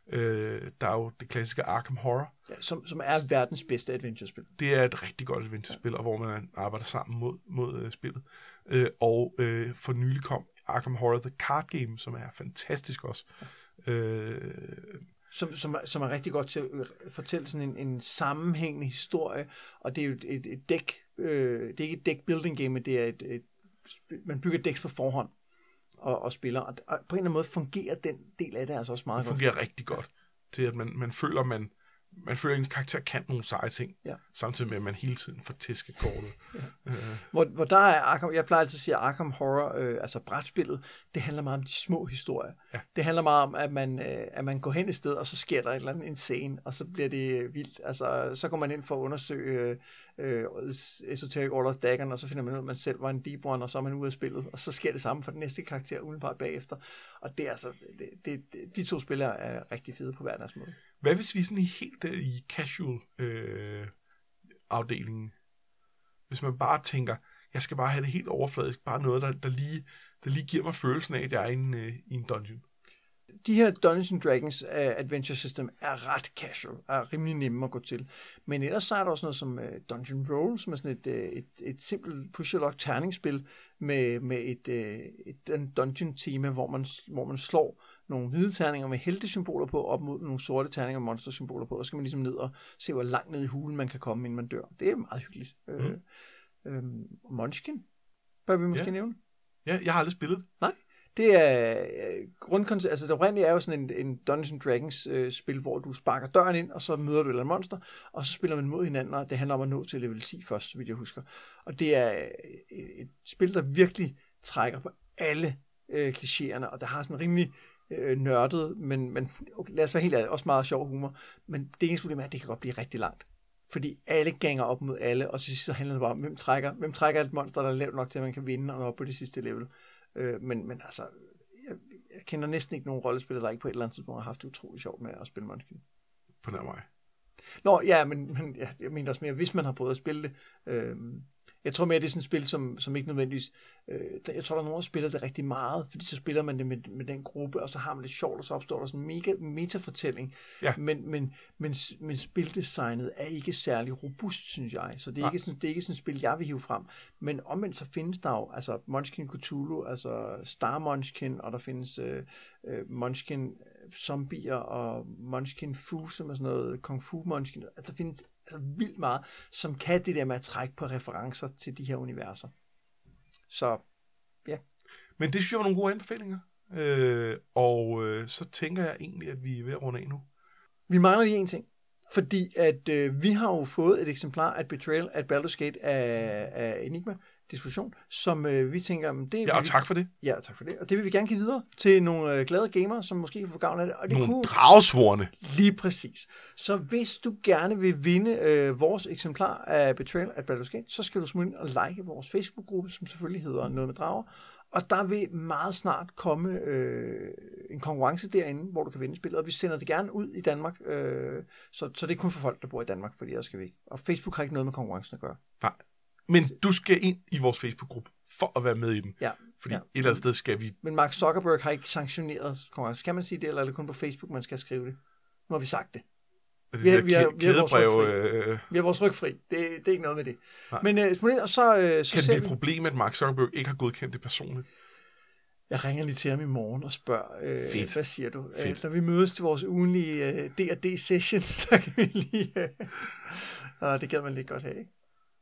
Øh, der er jo det klassiske Arkham Horror. Ja, som, som er verdens bedste adventure-spil. Det er et rigtig godt adventure-spil, og hvor man arbejder sammen mod, mod uh, spillet. Øh, og øh, for nylig kom Arkham Horror The Card Game, som er fantastisk også. Ja. Øh, Som, som, er, som er rigtig godt til at fortælle sådan en, en sammenhængende historie, og det er jo et, et, et dæk, øh, det er ikke et deck-building game, men det er et, et, man bygger decks på forhånd og, og spiller, og, og på en eller anden måde fungerer den del af det altså også meget det godt. fungerer rigtig godt til, at man, man føler, man man føler, at ens karakter kan nogle seje ting, ja. Samtidig med, at man hele tiden får tæsket kortet. ja. øh. hvor, hvor der er Arkham, jeg plejer altid at sige, at Arkham Horror, øh, altså brætspillet, det handler meget om de små historier. Ja. Det handler meget om, at man, øh, at man går hen et sted, og så sker der et eller andet en scene, og så bliver det vildt. Altså, så går man ind for at undersøge øh, Esoteric Order of Dagon, og så finder man ud af, at man selv var en deep one, og så er man ude af spillet, og så sker det samme for den næste karakter umiddelbart bagefter. Og det er altså, det, det, de to spillere er rigtig fede på hver deres måde. Hvad hvis vi sådan helt der i casual øh, afdelingen, hvis man bare tænker, jeg skal bare have det helt overfladisk, bare noget, der, der, lige, der lige giver mig følelsen af, at jeg er i en, øh, i en dungeon. De her Dungeons and Dragons uh, Adventure System er ret casual, er rimelig nemme at gå til. Men ellers så er der også noget som uh, Dungeon Roll, som er sådan et, uh, et, et simpelt push-your-luck terningsspil med, med et, uh, et dungeon-tema, hvor man, hvor man slår nogle hvide terninger med heltesymboler på, op mod nogle sorte terninger med monstersymboler på, og så skal man ligesom ned og se, hvor langt ned i hulen man kan komme, inden man dør. Det er meget hyggeligt. Mm. Uh, um, Munchkin bør vi måske ja. nævne. Ja, jeg har aldrig spillet det. Nej. Det er øh, grundkoncept, altså det oprindelige er jo sådan en, en Dungeons and Dragons øh, spil, hvor du sparker døren ind, og så møder du et eller andet monster, og så spiller man mod hinanden, og det handler om at nå til level ti først, så vidt jeg husker. Og det er øh, et spil, der virkelig trækker på alle øh, klichéerne, og der har sådan rimelig øh, nørdet, men, men okay, lad os være helt ærlig, også meget sjov humor, men det eneste problem er, at det kan godt blive rigtig langt. Fordi alle ganger op mod alle, og til sidst så handler det bare om, hvem trækker, hvem trækker et monster, der er lavt nok til, at man kan vinde, og nå op på det sidste level. Øh, men, men altså, jeg, jeg kender næsten ikke nogen rollespillere, der ikke på et eller andet tidspunkt har haft det utroligt sjovt med at spille Munchkin. På nær mig. Nå, ja, men, men ja, jeg mener også mere, hvis man har prøvet at spille det. Øh, jeg tror mere, det er sådan et spil, som, som ikke nødvendigvis... Øh, jeg tror, der er nogen, der spiller det rigtig meget, fordi så spiller man det med, med den gruppe, og så har man det sjovt, og så opstår der sådan en mega metafortælling. Ja. Men, men, men, men spildesignet er ikke særlig robust, synes jeg. Så det er, ikke sådan, det er ikke sådan et spil, jeg vil hive frem. Men omvendt så findes der jo altså Munchkin Cthulhu, altså Star Munchkin, og der findes øh, øh, Munchkin zombier og Munchkin Fu, som er sådan noget Kung Fu Munchkin. Der findes altså vildt meget, som kan det der med at trække på referencer til de her universer. Så, ja. Men det synes jeg var nogle gode anbefalinger. Øh, og øh, så tænker jeg egentlig, at vi er ved at runde af nu. Vi mangler lige en ting. Fordi at øh, vi har jo fået et eksemplar af Betrayal at Baldur's Gate af, af Enigma disposition, som øh, vi tænker... Det ja, og tak for det. Ja, tak for det. Og det vil vi gerne give videre til nogle øh, glade gamere, som måske kan få gavn af det. Og det nogle kunne... dragsvorne. Lige præcis. Så hvis du gerne vil vinde øh, vores eksemplar af Betrayal at Baldur's Gate, så skal du smutte ind og like vores Facebook-gruppe, som selvfølgelig hedder Noget med Drager. Og der vil meget snart komme øh, en konkurrence derinde, hvor du kan vinde spillet, og vi sender det gerne ud i Danmark, øh, så, så det er kun for folk, der bor i Danmark, fordi ellers skal vi ikke. Og Facebook har ikke noget med konkurrencen at gøre. Nej, men du skal ind i vores Facebook-gruppe for at være med i den, ja. fordi ja. et eller andet sted skal vi... Men Mark Zuckerberg har ikke sanktioneret konkurrencen. Kan man sige det, eller er det kun på Facebook, man skal skrive det? Nu har vi sagt det. Altså, vi, har, det vi, har, vi, har vores brev, øh... vi har vores rygfri. Det, det er ikke noget med det. Nej. Men øh, og så, øh, så kan det vi... blive et problem, at Mark Zuckerberg ikke har godkendt det personligt? Jeg ringer lige til ham i morgen og spørger, øh, hvad siger du? Fedt. Når vi mødes til vores ugenlige øh, D og D-session, så kan vi lige... Øh... Og det kan man lige godt have, ikke?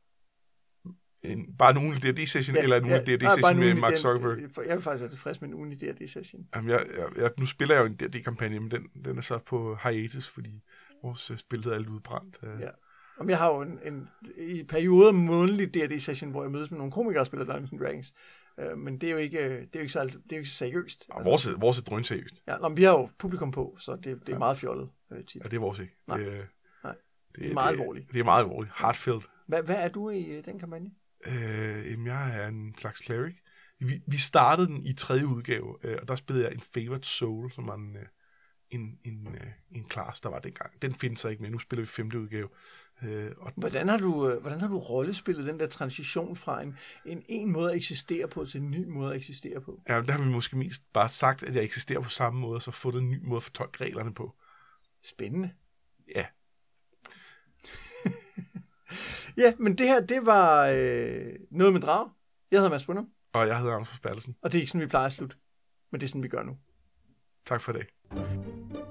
En, bare en ugenlig D og D-session, ja, eller en ugenlig ja, D og D-session med Mark Zuckerberg? Jeg vil faktisk være tilfreds med en ugenlig D og D-session. Jamen, jeg, jeg, jeg, nu spiller jeg jo en D og D-kampagne, men den, den er så på hiatus, fordi vores uh, spil er alt udbrændt. Uh, ja. Om jeg har jo en, en i perioder månedlig D og D-session, hvor jeg mødes med nogle komikere og spiller Dungeons and Dragons. Øh, men det er jo ikke, det er jo ikke, så, det er jo ikke så seriøst. Og vores, vores er drønseriøst. Ja, nå, vi har jo publikum på, så det, det er Ja. meget fjollet øh, tit. Ja, det er vores ikke. Nej. Det, øh, Nej. Det, Det er meget det, alvorligt. Det er meget alvorligt. Heartfelt. Hvad, hvad er du i øh, den kampagne? Øh, jamen, jeg er en slags cleric. Vi, vi startede den i tredje udgave, øh, og der spillede jeg en Favored Soul, som var en, øh, en, en, øh, en class, der var dengang. Den findes så ikke mere. Nu spiller vi femte udgave. Øh, og Hvordan har du, øh, hvordan har du rollespillet den der transition fra en, en, en måde at eksistere på til en ny måde at eksistere på? ja, der har vi måske mest bare sagt, at jeg eksisterer på samme måde, og så fundet en ny måde at fortolke reglerne på. Spændende. Ja. Ja, men det her, det var øh, noget med drag. Jeg hedder Mads Brunner, Og jeg hedder Anders Forsbergelsen. og det er ikke sådan, vi plejer at slutte. Men det er sådan, vi gør nu. Tak for i dag.